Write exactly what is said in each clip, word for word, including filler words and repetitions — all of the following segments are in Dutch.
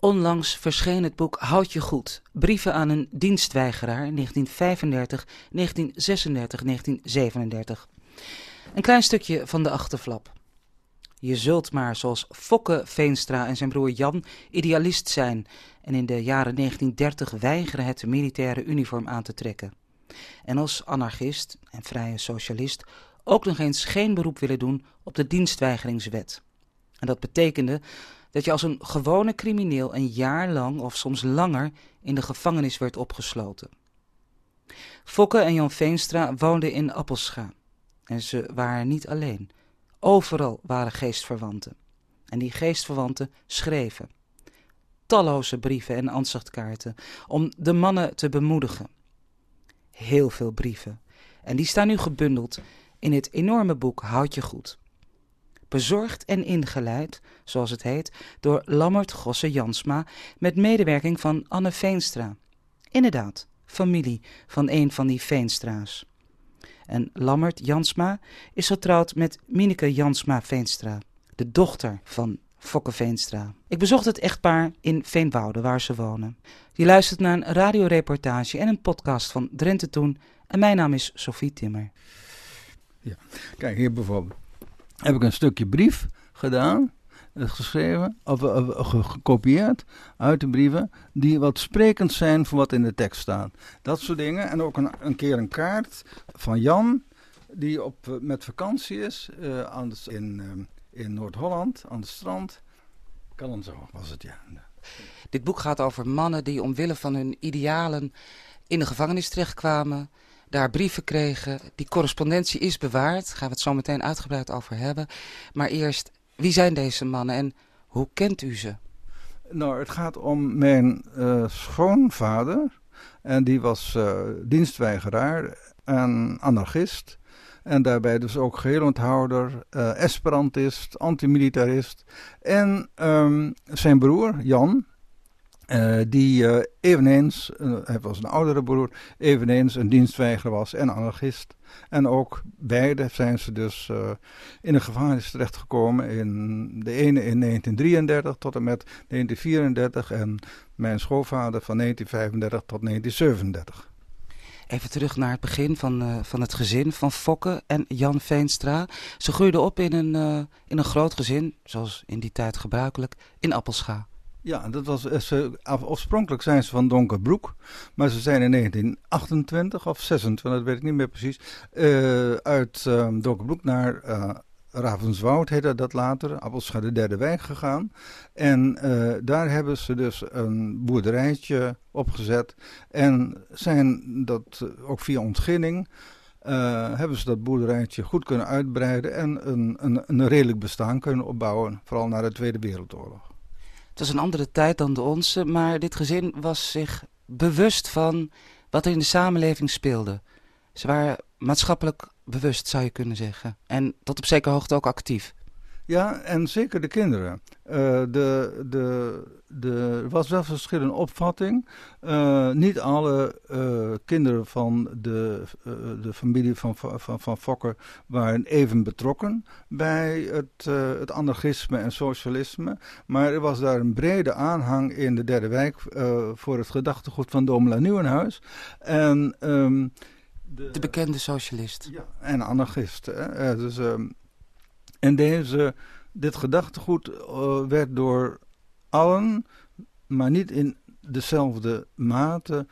Onlangs verscheen het boek Houd je goed, brieven aan een dienstweigeraar negentien vijfendertig, negentien zesendertig, negentien zevenendertig. Een klein stukje van de achterflap. Je zult maar zoals Fokke Veenstra en zijn broer Jan idealist zijn en in de jaren negentien dertig weigeren het militaire uniform aan te trekken. En als anarchist en vrije socialist ook nog eens geen beroep willen doen op de dienstweigeringswet. En dat betekende dat je als een gewone crimineel een jaar lang of soms langer in de gevangenis werd opgesloten. Fokke en Jan Veenstra woonden in Appelscha. En ze waren niet alleen. Overal waren geestverwanten. En die geestverwanten schreven. Talloze brieven en ansichtkaarten om de mannen te bemoedigen. Heel veel brieven. En die staan nu gebundeld in het enorme boek Houd je goed. Bezorgd en ingeleid, zoals het heet, door Lammert Gosse Jansma met medewerking van Anne Veenstra. Inderdaad, familie van een van die Veenstra's. En Lammert Jansma is getrouwd met Mineke Jansma Veenstra, de dochter van Fokke Veenstra. Ik bezocht het echtpaar in Veenwouden, waar ze wonen. Je luistert naar een radioreportage en een podcast van Drenthe Toen. En mijn naam is Sophie Timmer. Ja, kijk hier bijvoorbeeld. Heb ik een stukje brief gedaan, geschreven, of, of gekopieerd uit de brieven, die wat sprekend zijn voor wat in de tekst staat. Dat soort dingen. En ook een, een keer een kaart van Jan, die op, met vakantie is uh, aan de, in, uh, in Noord-Holland, aan het strand. Callenzorg was het, ja. Dit boek gaat over mannen die omwille van hun idealen in de gevangenis terechtkwamen, daar brieven kregen. Die correspondentie is bewaard, daar gaan we het zo meteen uitgebreid over hebben. Maar eerst, wie zijn deze mannen en hoe kent u ze? Nou, het gaat om mijn uh, schoonvader. En die was uh, dienstweigeraar en anarchist. En daarbij dus ook geheelonthouder, uh, esperantist, antimilitarist. En um, zijn broer, Jan, Uh, die uh, eveneens, uh, hij was een oudere broer, eveneens een dienstweigerer was en anarchist. En ook beide zijn ze dus uh, in de gevangenis terechtgekomen. In de ene in negentien drieëndertig tot en met negentien vierendertig en mijn schoonvader van negentien vijfendertig tot negentien zevenendertig. Even terug naar het begin van, uh, van het gezin van Fokke en Jan Veenstra. Ze groeiden op in een, uh, in een groot gezin, zoals in die tijd gebruikelijk, in Appelscha. Ja, dat was, ze, oorspronkelijk zijn ze van Donkerbroek, maar ze zijn in negentien achtentwintig of zesentwintig, dat weet ik niet meer precies, uh, uit uh, Donkerbroek naar uh, Ravenswoud, heette dat later, Appelscha de derde wijk gegaan. En uh, daar hebben ze dus een boerderijtje opgezet en zijn dat ook via ontginning Uh, hebben ze dat boerderijtje goed kunnen uitbreiden en een, een, een redelijk bestaan kunnen opbouwen, vooral na de Tweede Wereldoorlog. Het was een andere tijd dan de onze, maar dit gezin was zich bewust van wat er in de samenleving speelde. Ze waren maatschappelijk bewust, zou je kunnen zeggen. En tot op zekere hoogte ook actief. Ja, en zeker de kinderen. Uh, de, de, de, er was wel verschillende opvatting. Uh, niet alle uh, kinderen van de, uh, de familie van, van, van Fokke waren even betrokken bij het, uh, het anarchisme en socialisme. Maar er was daar een brede aanhang in de derde wijk uh, voor het gedachtegoed van Domela Nieuwenhuis. En, um, de, de bekende socialist. Ja, en anarchist. Hè? Uh, dus... Um, En deze, dit gedachtegoed uh, werd door allen, maar niet in dezelfde mate,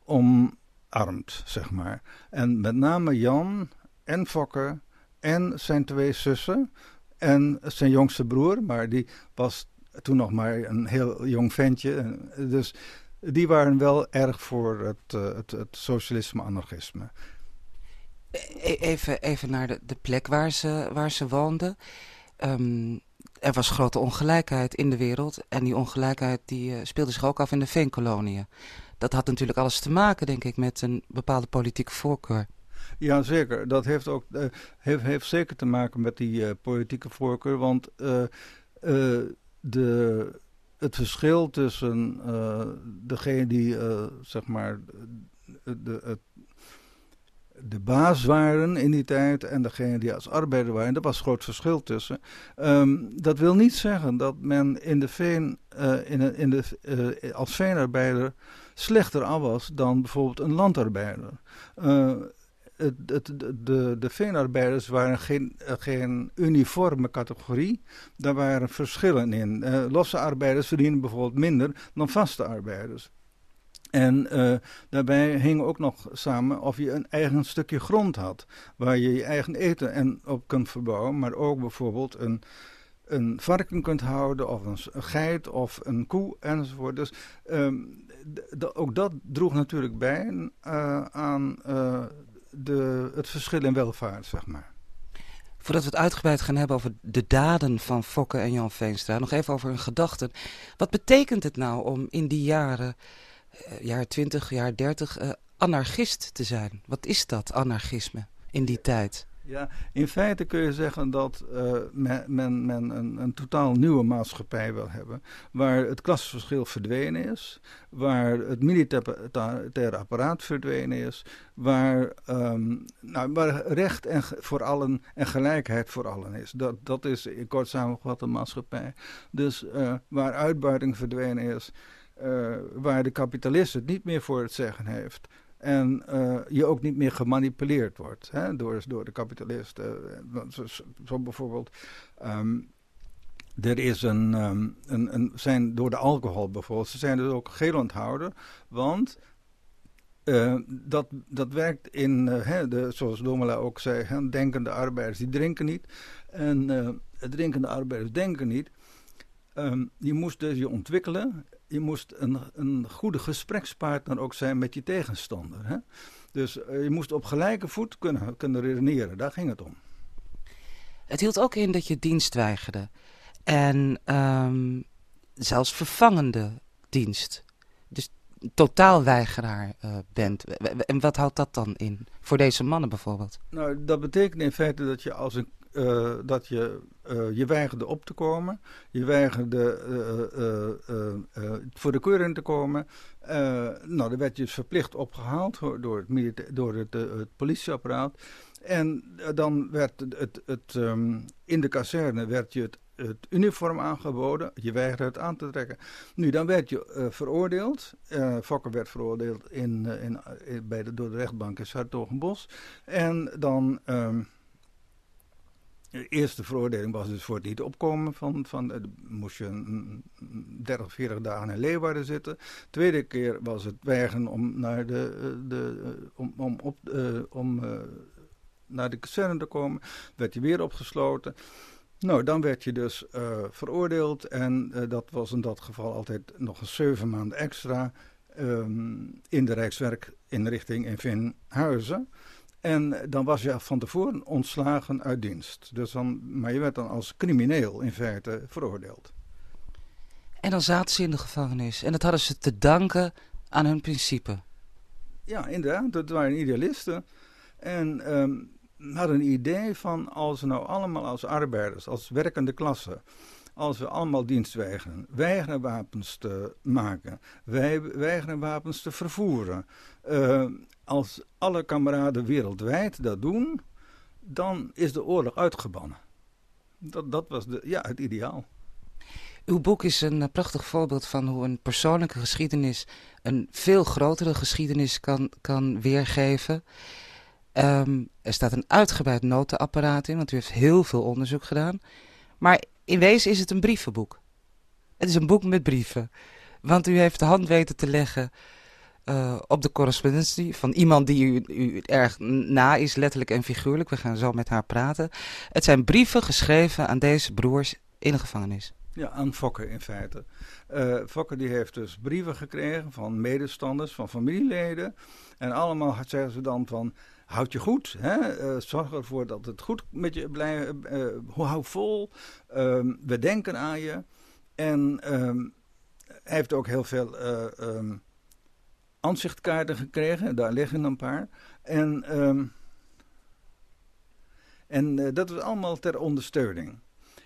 omarmd, zeg maar. En met name Jan en Fokke en zijn twee zussen en zijn jongste broer, maar die was toen nog maar een heel jong ventje. Dus die waren wel erg voor het, uh, het, het socialisme-anarchisme. Even, even naar de, de plek waar ze, waar ze woonden. Um, er was grote ongelijkheid in de wereld. En die ongelijkheid die, uh, speelde zich ook af in de veenkoloniën. Dat had natuurlijk alles te maken, denk ik, met een bepaalde politieke voorkeur. Ja, zeker. Dat heeft ook uh, heeft, heeft zeker te maken met die uh, politieke voorkeur. Want uh, uh, de, het verschil tussen uh, degene die, uh, zeg maar, de, het de baas waren in die tijd en degene die als arbeider waren. Daar was groot verschil tussen. Um, dat wil niet zeggen dat men in de veen, uh, in, in de, uh, als veenarbeider slechter af was dan bijvoorbeeld een landarbeider. Uh, het, het, de, de veenarbeiders waren geen, uh, geen uniforme categorie. Daar waren verschillen in. Uh, losse arbeiders verdienen bijvoorbeeld minder dan vaste arbeiders. En uh, daarbij hing ook nog samen of je een eigen stukje grond had, waar je je eigen eten en op kunt verbouwen, maar ook bijvoorbeeld een, een varken kunt houden, of een, een geit, of een koe, enzovoort. Dus um, d- d- ook dat droeg natuurlijk bij uh, aan uh, de, het verschil in welvaart, zeg maar. Voordat we het uitgebreid gaan hebben over de daden van Fokke en Jan Veenstra, nog even over hun gedachten. Wat betekent het nou om in die jaren... Uh, jaar twintig, jaar dertig, uh, anarchist te zijn? Wat is dat, anarchisme, in die tijd? Ja, in feite kun je zeggen dat uh, men, men, men een, een totaal nieuwe maatschappij wil hebben, waar het klassenverschil verdwenen is, waar het militaire apparaat verdwenen is, waar, um, nou, waar recht en, voor allen en gelijkheid voor allen is. Dat, dat is in kort samengevat een maatschappij. Dus uh, waar uitbuiting verdwenen is, Uh, waar de kapitalist het niet meer voor het zeggen heeft. En uh, je ook niet meer gemanipuleerd wordt, hè, door, door de kapitalist. Uh, zo, zo bijvoorbeeld, um, er is een, um, een, een, zijn door de alcohol bijvoorbeeld, ze zijn dus ook geel onthouden, want uh, dat, dat werkt in, uh, hè, de, zoals Domela ook zei, hè, denkende arbeiders die drinken niet. En uh, drinkende arbeiders denken niet. Um, je moest dus je ontwikkelen. Je moest een, een goede gesprekspartner ook zijn met je tegenstander. Hè? Dus uh, je moest op gelijke voet kunnen, kunnen redeneren. Daar ging het om. Het hield ook in dat je dienst weigerde. En um, zelfs vervangende dienst. Dus totaal weigeraar uh, bent. En wat houdt dat dan in? Voor deze mannen bijvoorbeeld? Nou, dat betekent in feite dat je als een Uh, dat je uh, je weigerde op te komen, je weigerde uh, uh, uh, uh, voor de keuring te komen. Uh, nou, dan werd je verplicht opgehaald door het, milita- door het, uh, het politieapparaat. En uh, dan werd het, het, het um, in de kazerne werd je het, het uniform aangeboden, je weigerde het aan te trekken. Nu, dan werd je uh, veroordeeld. Uh, Fokke werd veroordeeld in, uh, in, in, bij de, door de rechtbank in 's-Hertogenbosch. En dan... Um, De eerste veroordeling was dus voor het niet opkomen van, van uh, moest je een, een dertig, veertig dagen in Leeuwarden zitten. Tweede keer was het weigeren om naar de, de uh, om, om, op, uh, om uh, naar de kazerne te komen. Werd je weer opgesloten. Nou, dan werd je dus uh, veroordeeld en uh, dat was in dat geval altijd nog eens zeven maanden extra um, in de Rijkswerkinrichting in Veenhuizen. En dan was je van tevoren ontslagen uit dienst. Dus dan, maar je werd dan als crimineel in feite veroordeeld. En dan zaten ze in de gevangenis. En dat hadden ze te danken aan hun principe. Ja, inderdaad. Dat waren idealisten. En um, hadden een idee van als we nou allemaal als arbeiders, als werkende klasse, als we allemaal dienst weigeren, weigeren wapens te maken, wij weigeren wapens te vervoeren. Uh, als alle kameraden wereldwijd dat doen, dan is de oorlog uitgebannen. Dat, dat was de, ja, het ideaal. Uw boek is een uh, prachtig voorbeeld van hoe een persoonlijke geschiedenis een veel grotere geschiedenis kan, kan weergeven. Um, er staat een uitgebreid notenapparaat in, want u heeft heel veel onderzoek gedaan. Maar in wezen is het een brievenboek. Het is een boek met brieven. Want u heeft de hand weten te leggen uh, op de correspondentie van iemand die u, u erg na is, letterlijk en figuurlijk. We gaan zo met haar praten. Het zijn brieven geschreven aan deze broers in de gevangenis. Ja, aan Fokke in feite. Uh, Fokke die heeft dus brieven gekregen van medestanders, van familieleden. En allemaal zeggen ze dan van, houd je goed, hè? Uh, zorg ervoor dat het goed met je blijft, uh, hou vol, uh, we denken aan je. En um, hij heeft ook heel veel uh, um, aanzichtkaarten gekregen, daar liggen een paar. En, um, en uh, dat is allemaal ter ondersteuning.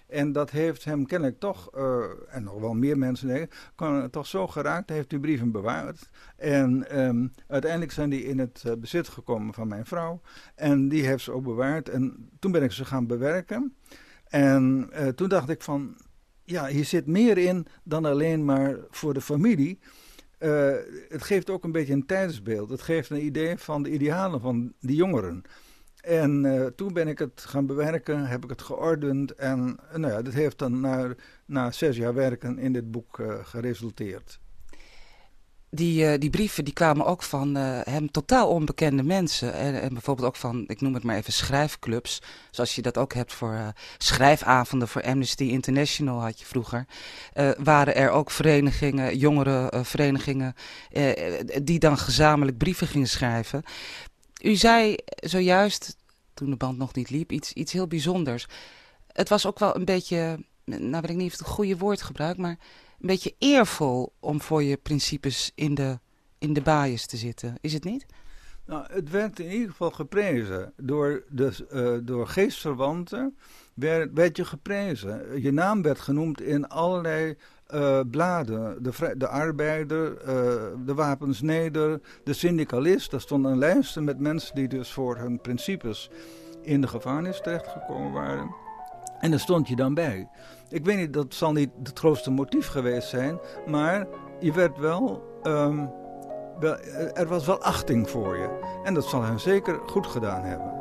En dat heeft hem kennelijk toch, uh, en nog wel meer mensen denk ik, kan toch zo geraakt. Hij heeft die brieven bewaard. En um, uiteindelijk zijn die in het uh, bezit gekomen van mijn vrouw. En die heeft ze ook bewaard. En toen ben ik ze gaan bewerken. En uh, toen dacht ik van, ja, hier zit meer in dan alleen maar voor de familie. Uh, het geeft ook een beetje een tijdsbeeld. Het geeft een idee van de idealen van die jongeren. En uh, toen ben ik het gaan bewerken, heb ik het geordend. En uh, nou ja, dat heeft dan na, na zes jaar werken in dit boek uh, geresulteerd. Die, uh, die brieven die kwamen ook van uh, hem totaal onbekende mensen. En, en bijvoorbeeld ook van, ik noem het maar even, schrijfclubs. Zoals je dat ook hebt voor uh, schrijfavonden voor Amnesty International had je vroeger. Uh, waren er ook verenigingen, jongere uh, verenigingen, uh, die dan gezamenlijk brieven gingen schrijven. U zei zojuist, toen de band nog niet liep, iets, iets heel bijzonders. Het was ook wel een beetje, nou weet ik niet of ik het goede woord gebruik, maar een beetje eervol om voor je principes in de, in de baaiers te zitten. Is het niet? Nou, het werd in ieder geval geprezen. Door, de, uh, door geestverwanten werd, werd je geprezen. Je naam werd genoemd in allerlei uh, bladen. De, de arbeider, uh, de wapensneder, de syndicalist. Daar stond een lijst met mensen die dus voor hun principes in de gevangenis terechtgekomen waren. En daar stond je dan bij. Ik weet niet, dat zal niet het grootste motief geweest zijn, maar je werd wel, um, wel, er was wel achting voor je. En dat zal hem zeker goed gedaan hebben.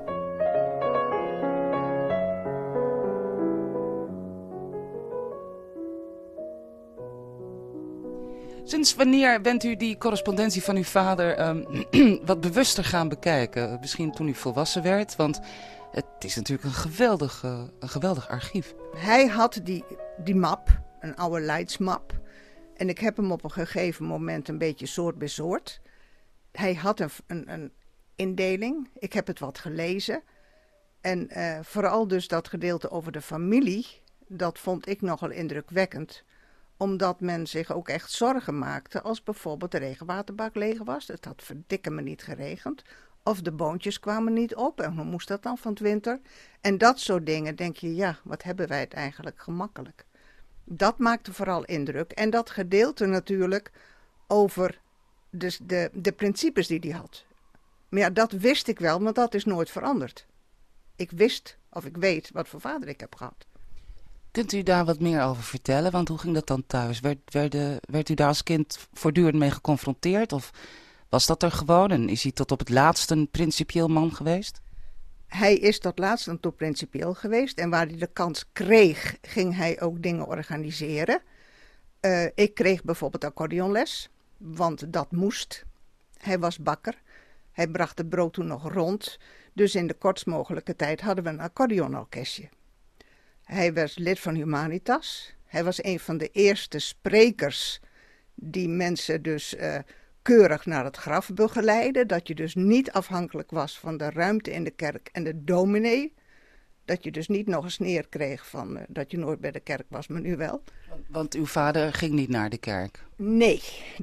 Sinds wanneer bent u die correspondentie van uw vader um, wat bewuster gaan bekijken? Misschien toen u volwassen werd, want het is natuurlijk een geweldig, uh, een geweldig archief. Hij had die, die map, een oude Leidsmap. En ik heb hem op een gegeven moment een beetje soort bij soort. Hij had een, een, een indeling. Ik heb het wat gelezen. En uh, vooral dus dat gedeelte over de familie, dat vond ik nogal indrukwekkend. Omdat men zich ook echt zorgen maakte als bijvoorbeeld de regenwaterbak leeg was. Het had verdikke me niet geregend. Of de boontjes kwamen niet op. En hoe moest dat dan van het winter? En dat soort dingen denk je, ja, wat hebben wij het eigenlijk gemakkelijk. Dat maakte vooral indruk. En dat gedeelte natuurlijk over de, de, de principes die hij had. Maar ja, dat wist ik wel, want dat is nooit veranderd. Ik wist, of ik weet, wat voor vader ik heb gehad. Kunt u daar wat meer over vertellen? Want hoe ging dat dan thuis? Werd, werd, werd u daar als kind voortdurend mee geconfronteerd? Of was dat er gewoon? En is hij tot op het laatst een principieel man geweest? Hij is tot laatst een toe principieel geweest. En waar hij de kans kreeg, ging hij ook dingen organiseren. Uh, ik kreeg bijvoorbeeld accordeonles, want dat moest. Hij was bakker. Hij bracht het brood toen nog rond. Dus in de kortst mogelijke tijd hadden we een accordeonorkestje. Hij werd lid van Humanitas. Hij was een van de eerste sprekers die mensen dus uh, keurig naar het graf begeleiden. Dat je dus niet afhankelijk was van de ruimte in de kerk en de dominee. Dat je dus niet nog een sneer kreeg van uh, dat je nooit bij de kerk was, maar nu wel. Want uw vader ging niet naar de kerk? Nee.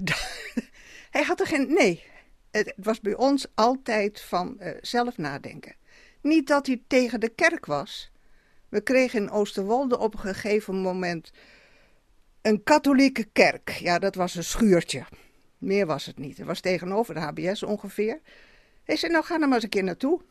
Hij had er geen... Nee. Het was bij ons altijd van uh, zelf nadenken. Niet dat hij tegen de kerk was. We kregen in Oosterwolde op een gegeven moment een katholieke kerk. Ja, dat was een schuurtje. Meer was het niet. Het was tegenover de H B S ongeveer. Hij zei, nou ga er maar eens een keer naartoe.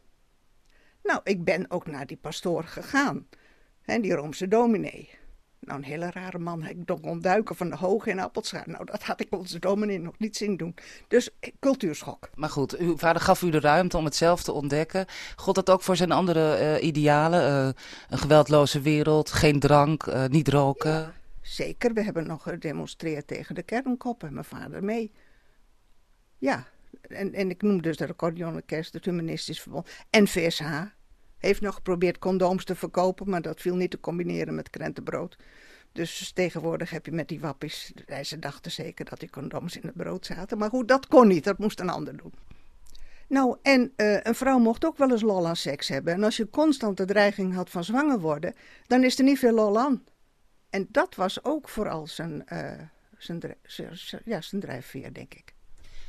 Nou, ik ben ook naar die pastoor gegaan. En die Roomse dominee. Nou, een hele rare man. Hij kon ontduiken van de Hoge in Appelschaar. Nou, dat had ik onze dominee nog niet zien doen. Dus cultuurschok. Maar goed, uw vader gaf u de ruimte om het zelf te ontdekken. Gold dat ook voor zijn andere uh, idealen? Uh, een geweldloze wereld, geen drank, uh, niet roken? Ja, zeker, we hebben nog gedemonstreerd tegen de kernkoppen. Mijn vader mee. Ja, en, en ik noem dus de accordeonorkest, het Humanistisch Verbond. En V S H. Heeft nog geprobeerd condooms te verkopen, maar dat viel niet te combineren met krentenbrood. Dus tegenwoordig heb je met die wappies, ze dachten zeker dat die condooms in het brood zaten. Maar goed, dat kon niet, dat moest een ander doen. Nou, en uh, een vrouw mocht ook wel eens lol aan seks hebben. En als je constant de dreiging had van zwanger worden, dan is er niet veel lol aan. En dat was ook vooral zijn, uh, zijn, zijn, ja, zijn drijfveer, denk ik.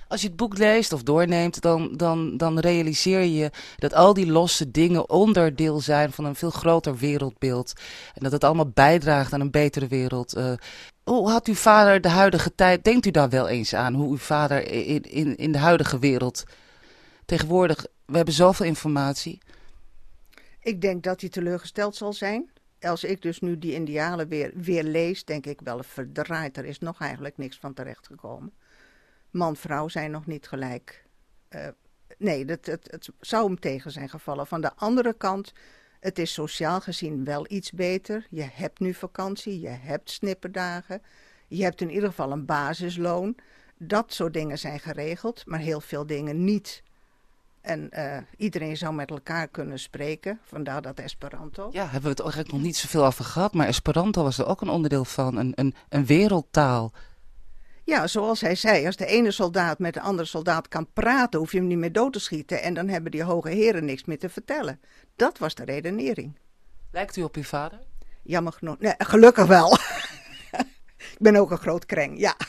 Als je het boek leest of doorneemt, dan, dan, dan realiseer je dat al die losse dingen onderdeel zijn van een veel groter wereldbeeld. En dat het allemaal bijdraagt aan een betere wereld. Uh, hoe had uw vader de huidige tijd, denkt u daar wel eens aan, hoe uw vader in, in, in de huidige wereld tegenwoordig, we hebben zoveel informatie. Ik denk dat hij teleurgesteld zal zijn. Als ik dus nu die Indianen weer, weer lees, denk ik wel verdraaid. Er is nog eigenlijk niks van terechtgekomen. Man-vrouw zijn nog niet gelijk. Uh, nee, het, het, het zou hem tegen zijn gevallen. Van de andere kant, het is sociaal gezien wel iets beter. Je hebt nu vakantie, je hebt snipperdagen. Je hebt in ieder geval een basisloon. Dat soort dingen zijn geregeld, maar heel veel dingen niet. En uh, iedereen zou met elkaar kunnen spreken, vandaar dat Esperanto. Ja, hebben we het eigenlijk nog niet zoveel over gehad, maar Esperanto was er ook een onderdeel van, een, een, een wereldtaal. Ja, zoals hij zei, als de ene soldaat met de andere soldaat kan praten, hoef je hem niet meer dood te schieten en dan hebben die hoge heren niks meer te vertellen. Dat was de redenering. Lijkt u op uw vader? Jammer genoeg, nee, gelukkig wel. Ik ben ook een groot kreng, ja.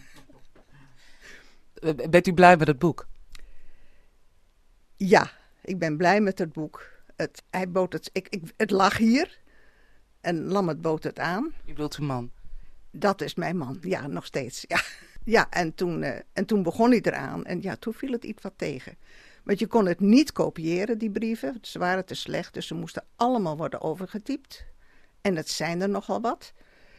Bent u blij met het boek? Ja, ik ben blij met het boek. Het, hij bood het, ik, ik, het lag hier en Lammert bood het aan. U bedoelt uw man? Dat is mijn man, ja, nog steeds. Ja, ja en, toen, uh, en toen begon hij eraan en ja, toen viel het iets wat tegen. Want je kon het niet kopiëren, die brieven. Ze waren te slecht, dus ze moesten allemaal worden overgetypt. En het zijn er nogal wat.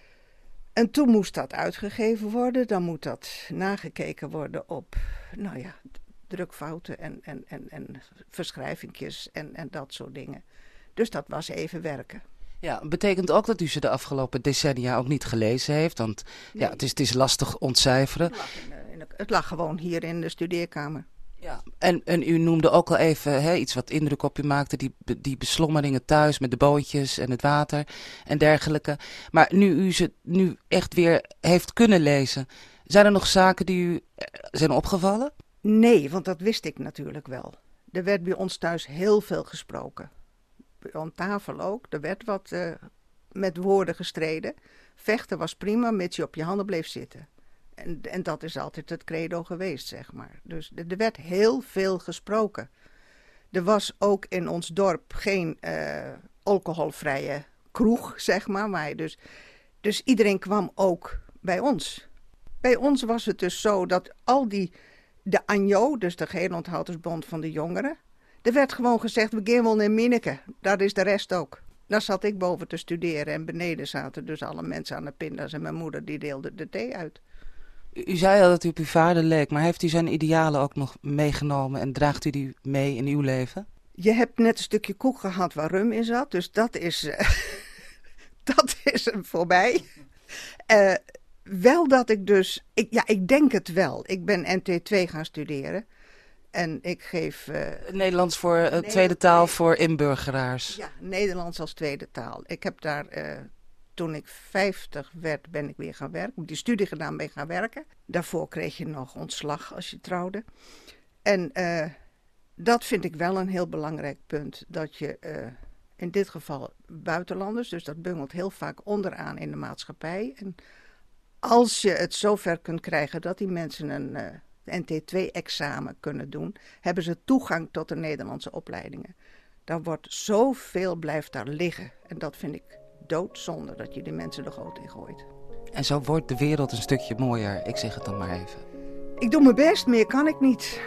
En toen moest dat uitgegeven worden. Dan moet dat nagekeken worden op, nou ja, drukfouten en, en, en, en verschrijvingjes en, en dat soort dingen. Dus dat was even werken. Ja, betekent ook dat u ze de afgelopen decennia ook niet gelezen heeft? Want nee. ja, het, is, het is lastig ontcijferen. Het lag, in, in de, het lag gewoon hier in de studeerkamer. Ja, en, en u noemde ook al even hè, iets wat indruk op u maakte, die, die beslommeringen thuis met de bootjes en het water en dergelijke. Maar nu u ze nu echt weer heeft kunnen lezen, zijn er nog zaken die u zijn opgevallen? Nee, want dat wist ik natuurlijk wel. Er werd bij ons thuis heel veel gesproken. Aan tafel ook. Er werd wat uh, met woorden gestreden. Vechten was prima, mits je op je handen bleef zitten. En, en dat is altijd het credo geweest, zeg maar. Dus er werd heel veel gesproken. Er was ook in ons dorp geen uh, alcoholvrije kroeg, zeg maar. maar dus, dus iedereen kwam ook bij ons. Bij ons was het dus zo dat al die... De A N J O, dus de Gehelonthoudensbond van de Jongeren. Er werd gewoon gezegd, we gaan wel naar Minneke. Dat is de rest ook. Daar zat ik boven te studeren en beneden zaten dus alle mensen aan de pinda's. En mijn moeder die deelde de thee uit. U zei al dat u op uw vader leek, maar heeft u zijn idealen ook nog meegenomen en draagt u die mee in uw leven? Je hebt net een stukje koek gehad waar rum in zat, dus dat is, uh, dat is voorbij. Uh, wel dat ik dus, ik, ja ik denk het wel. Ik ben N T twee gaan studeren en ik geef... Uh, Nederlands voor uh, Nederland, tweede taal voor inburgeraars. Ja, Nederlands als tweede taal. Ik heb daar... Uh, Toen ik vijftig werd, ben ik weer gaan werken. Ik heb die studie gedaan, ben ik gaan werken. Daarvoor kreeg je nog ontslag als je trouwde. En uh, dat vind ik wel een heel belangrijk punt. Dat je uh, in dit geval buitenlanders, dus dat bungelt heel vaak onderaan in de maatschappij. En als je het zover kunt krijgen dat die mensen een uh, N T twee examen kunnen doen, hebben ze toegang tot de Nederlandse opleidingen. Dan wordt zoveel blijft daar liggen. En dat vind ik doodzonde dat je die mensen de goot in gooit. En zo wordt de wereld een stukje mooier. Ik zeg het dan maar even. Ik doe mijn best, meer kan ik niet.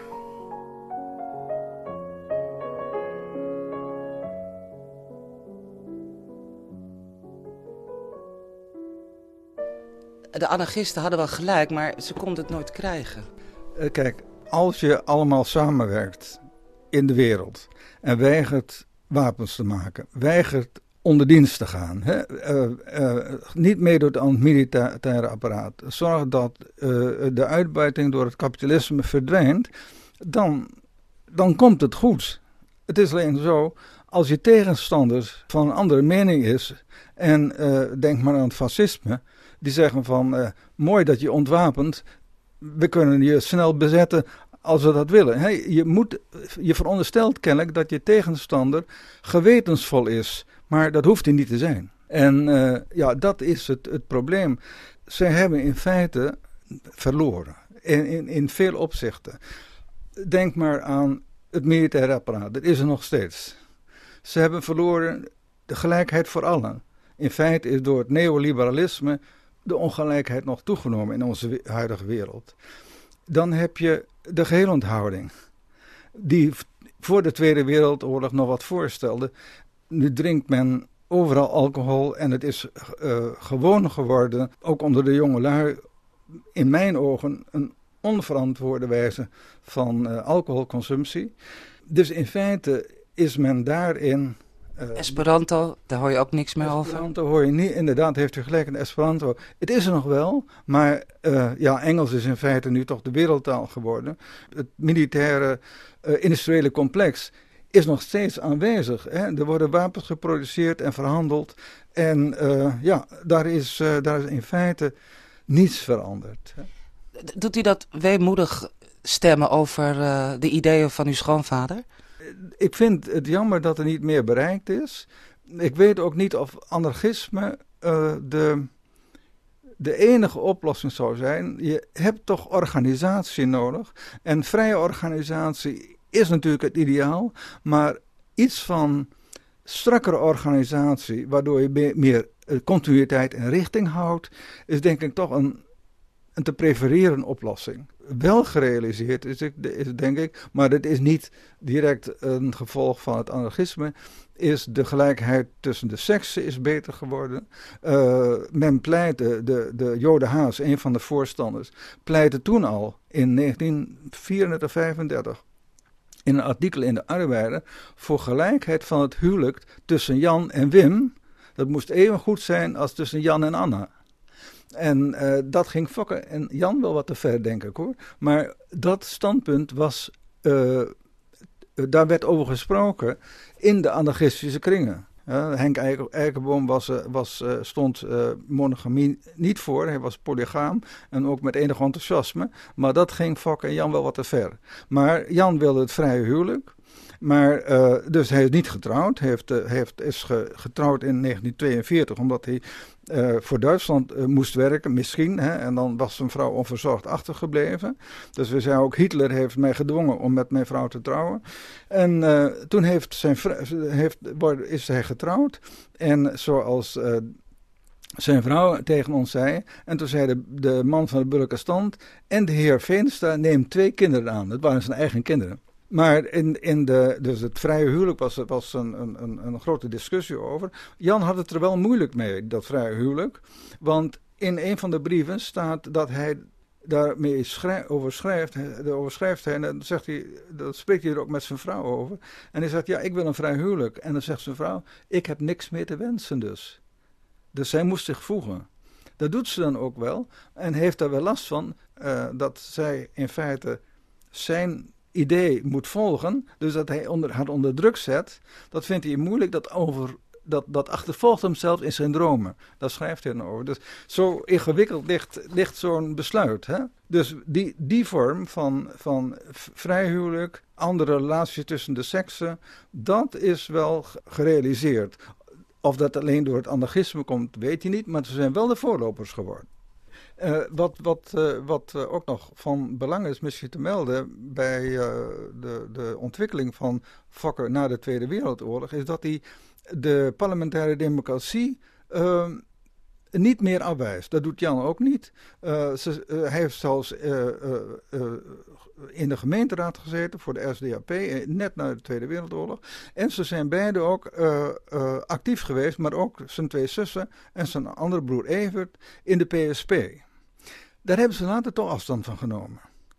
De anarchisten hadden wel gelijk, maar ze konden het nooit krijgen. Uh, kijk, als je allemaal samenwerkt in de wereld en weigert wapens te maken, weigert onder dienst te gaan. Hè? Uh, uh, niet meedoet aan het militaire apparaat. Zorg dat uh, de uitbuiting door het kapitalisme verdwijnt. Dan, dan komt het goed. Het is alleen zo, als je tegenstanders van een andere mening is, en uh, denk maar aan het fascisme, die zeggen van, uh, mooi dat je ontwapent, we kunnen je snel bezetten als we dat willen. Hey, je, moet, je veronderstelt kennelijk dat je tegenstander gewetensvol is. Maar dat hoeft hij niet te zijn. En uh, ja, dat is het, het probleem. Zij hebben in feite verloren. In, in, in veel opzichten. Denk maar aan het militaire apparaat. Dat is er nog steeds. Ze hebben verloren de gelijkheid voor allen. In feite is door het neoliberalisme de ongelijkheid nog toegenomen in onze huidige wereld. Dan heb je de geheelonthouding, die voor de Tweede Wereldoorlog nog wat voorstelde. Nu drinkt men overal alcohol en het is uh, gewoon geworden, ook onder de jongelui, in mijn ogen een onverantwoorde wijze van uh, alcoholconsumptie. Dus in feite is men daarin... Uh, Esperanto, daar hoor je ook niks meer over. Esperanto hoor je niet, inderdaad heeft u gelijk in Esperanto. Het is er nog wel, maar uh, ja, Engels is in feite nu toch de wereldtaal geworden. Het militaire uh, industriële complex is nog steeds aanwezig. Hè? Er worden wapens geproduceerd en verhandeld. En uh, ja, daar is, uh, daar is in feite niets veranderd. Hè? Doet u dat weemoedig stemmen over uh, de ideeën van uw schoonvader? Ik vind het jammer dat er niet meer bereikt is. Ik weet ook niet of anarchisme uh, de, de enige oplossing zou zijn. Je hebt toch organisatie nodig. En vrije organisatie is natuurlijk het ideaal. Maar iets van strakkere organisatie, waardoor je meer, meer continuïteit en richting houdt, is denk ik toch een, een te prefereren oplossing. Wel gerealiseerd is, is denk ik, maar dat is niet direct een gevolg van het anarchisme, is de gelijkheid tussen de seksen is beter geworden. Uh, men pleitte, de, de Jode Haas, een van de voorstanders, pleitte toen al in negentien vierendertig, vijfendertig in een artikel in de Arbeider voor gelijkheid van het huwelijk tussen Jan en Wim. Dat moest even goed zijn als tussen Jan en Anna. En uh, dat ging Fokke en Jan wel wat te ver, denk ik hoor. Maar dat standpunt was, uh, daar werd over gesproken in de anarchistische kringen. Uh, Henk Eikenboom was, was, uh, stond uh, monogamie niet voor, hij was polygaam en ook met enig enthousiasme. Maar dat ging Fokke en Jan wel wat te ver. Maar Jan wilde het vrije huwelijk. Maar, uh, dus hij is niet getrouwd. Hij heeft, uh, heeft, is ge, getrouwd in negentien tweeënveertig, omdat hij uh, voor Duitsland uh, moest werken, misschien. Hè, en dan was zijn vrouw onverzorgd achtergebleven. Dus we zeiden ook, Hitler heeft mij gedwongen om met mijn vrouw te trouwen. En uh, toen heeft zijn, heeft, is hij getrouwd. En zoals uh, zijn vrouw tegen ons zei, en toen zei de, de man van de burgerlijke stand, en de heer Veenstra neemt twee kinderen aan. Dat waren zijn eigen kinderen. Maar in, in de, dus het vrije huwelijk was, was een, een, een grote discussie over. Jan had het er wel moeilijk mee, dat vrije huwelijk. Want in een van de brieven staat dat hij daarmee schrij, over schrijft. Over schrijft hij, en dan zegt hij, dat spreekt hij er ook met zijn vrouw over. En hij zegt, ja, ik wil een vrij huwelijk. En dan zegt zijn vrouw, ik heb niks meer te wensen dus. Dus zij moest zich voegen. Dat doet ze dan ook wel. En heeft daar wel last van uh, dat zij in feite zijn idee moet volgen, dus dat hij onder, haar onder druk zet, dat vindt hij moeilijk, dat, over, dat, dat achtervolgt hem zelfs in zijn dromen. Daar schrijft hij dan over. Dus zo ingewikkeld ligt, ligt zo'n besluit. Hè? Dus die, die vorm van, van vrijhuwelijk, andere relatie tussen de seksen, dat is wel gerealiseerd. Of dat alleen door het anarchisme komt, weet je niet, maar ze zijn wel de voorlopers geworden. Uh, wat wat, uh, wat uh, ook nog van belang is misschien te melden bij uh, de, de ontwikkeling van Fokker na de Tweede Wereldoorlog, is dat hij de parlementaire democratie uh, niet meer afwijst. Dat doet Jan ook niet. Uh, ze, uh, hij heeft zelfs uh, uh, uh, in de gemeenteraad gezeten voor de S D A P, net na de Tweede Wereldoorlog. En ze zijn beide ook uh, uh, actief geweest, maar ook zijn twee zussen en zijn andere broer Evert in de P S P. Daar hebben ze later toch afstand van genomen.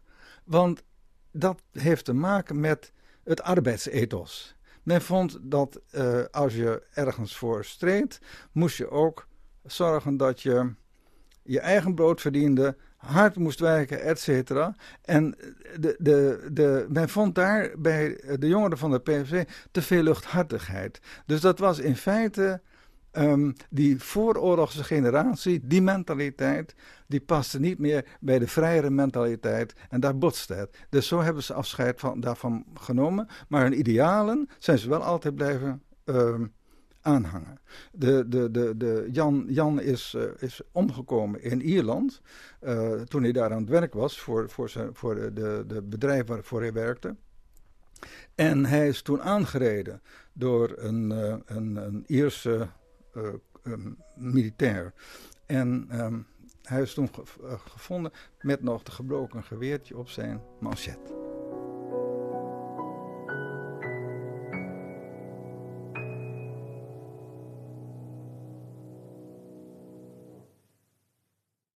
Want dat heeft te maken met het arbeidsethos. Men vond dat uh, als je ergens voor streed, moest je ook zorgen dat je je eigen brood verdiende, hard moest werken, et cetera. En de, de, de, men vond daar bij de jongeren van de P V C te veel luchthartigheid. Dus dat was in feite um, die vooroorlogse generatie, die mentaliteit, die paste niet meer bij de vrijere mentaliteit. En daar botste het. Dus zo hebben ze afscheid van, daarvan genomen. Maar hun idealen zijn ze wel altijd blijven um, aanhangen. De, de, de, de Jan, Jan is, uh, is omgekomen in Ierland uh, toen hij daar aan het werk was voor, voor, zijn, voor de, de, de bedrijf waarvoor hij werkte. En hij is toen aangereden door een, uh, een, een Ierse uh, um, militair. En um, hij is toen ge- uh, gevonden met nog de gebroken geweertje op zijn manchet.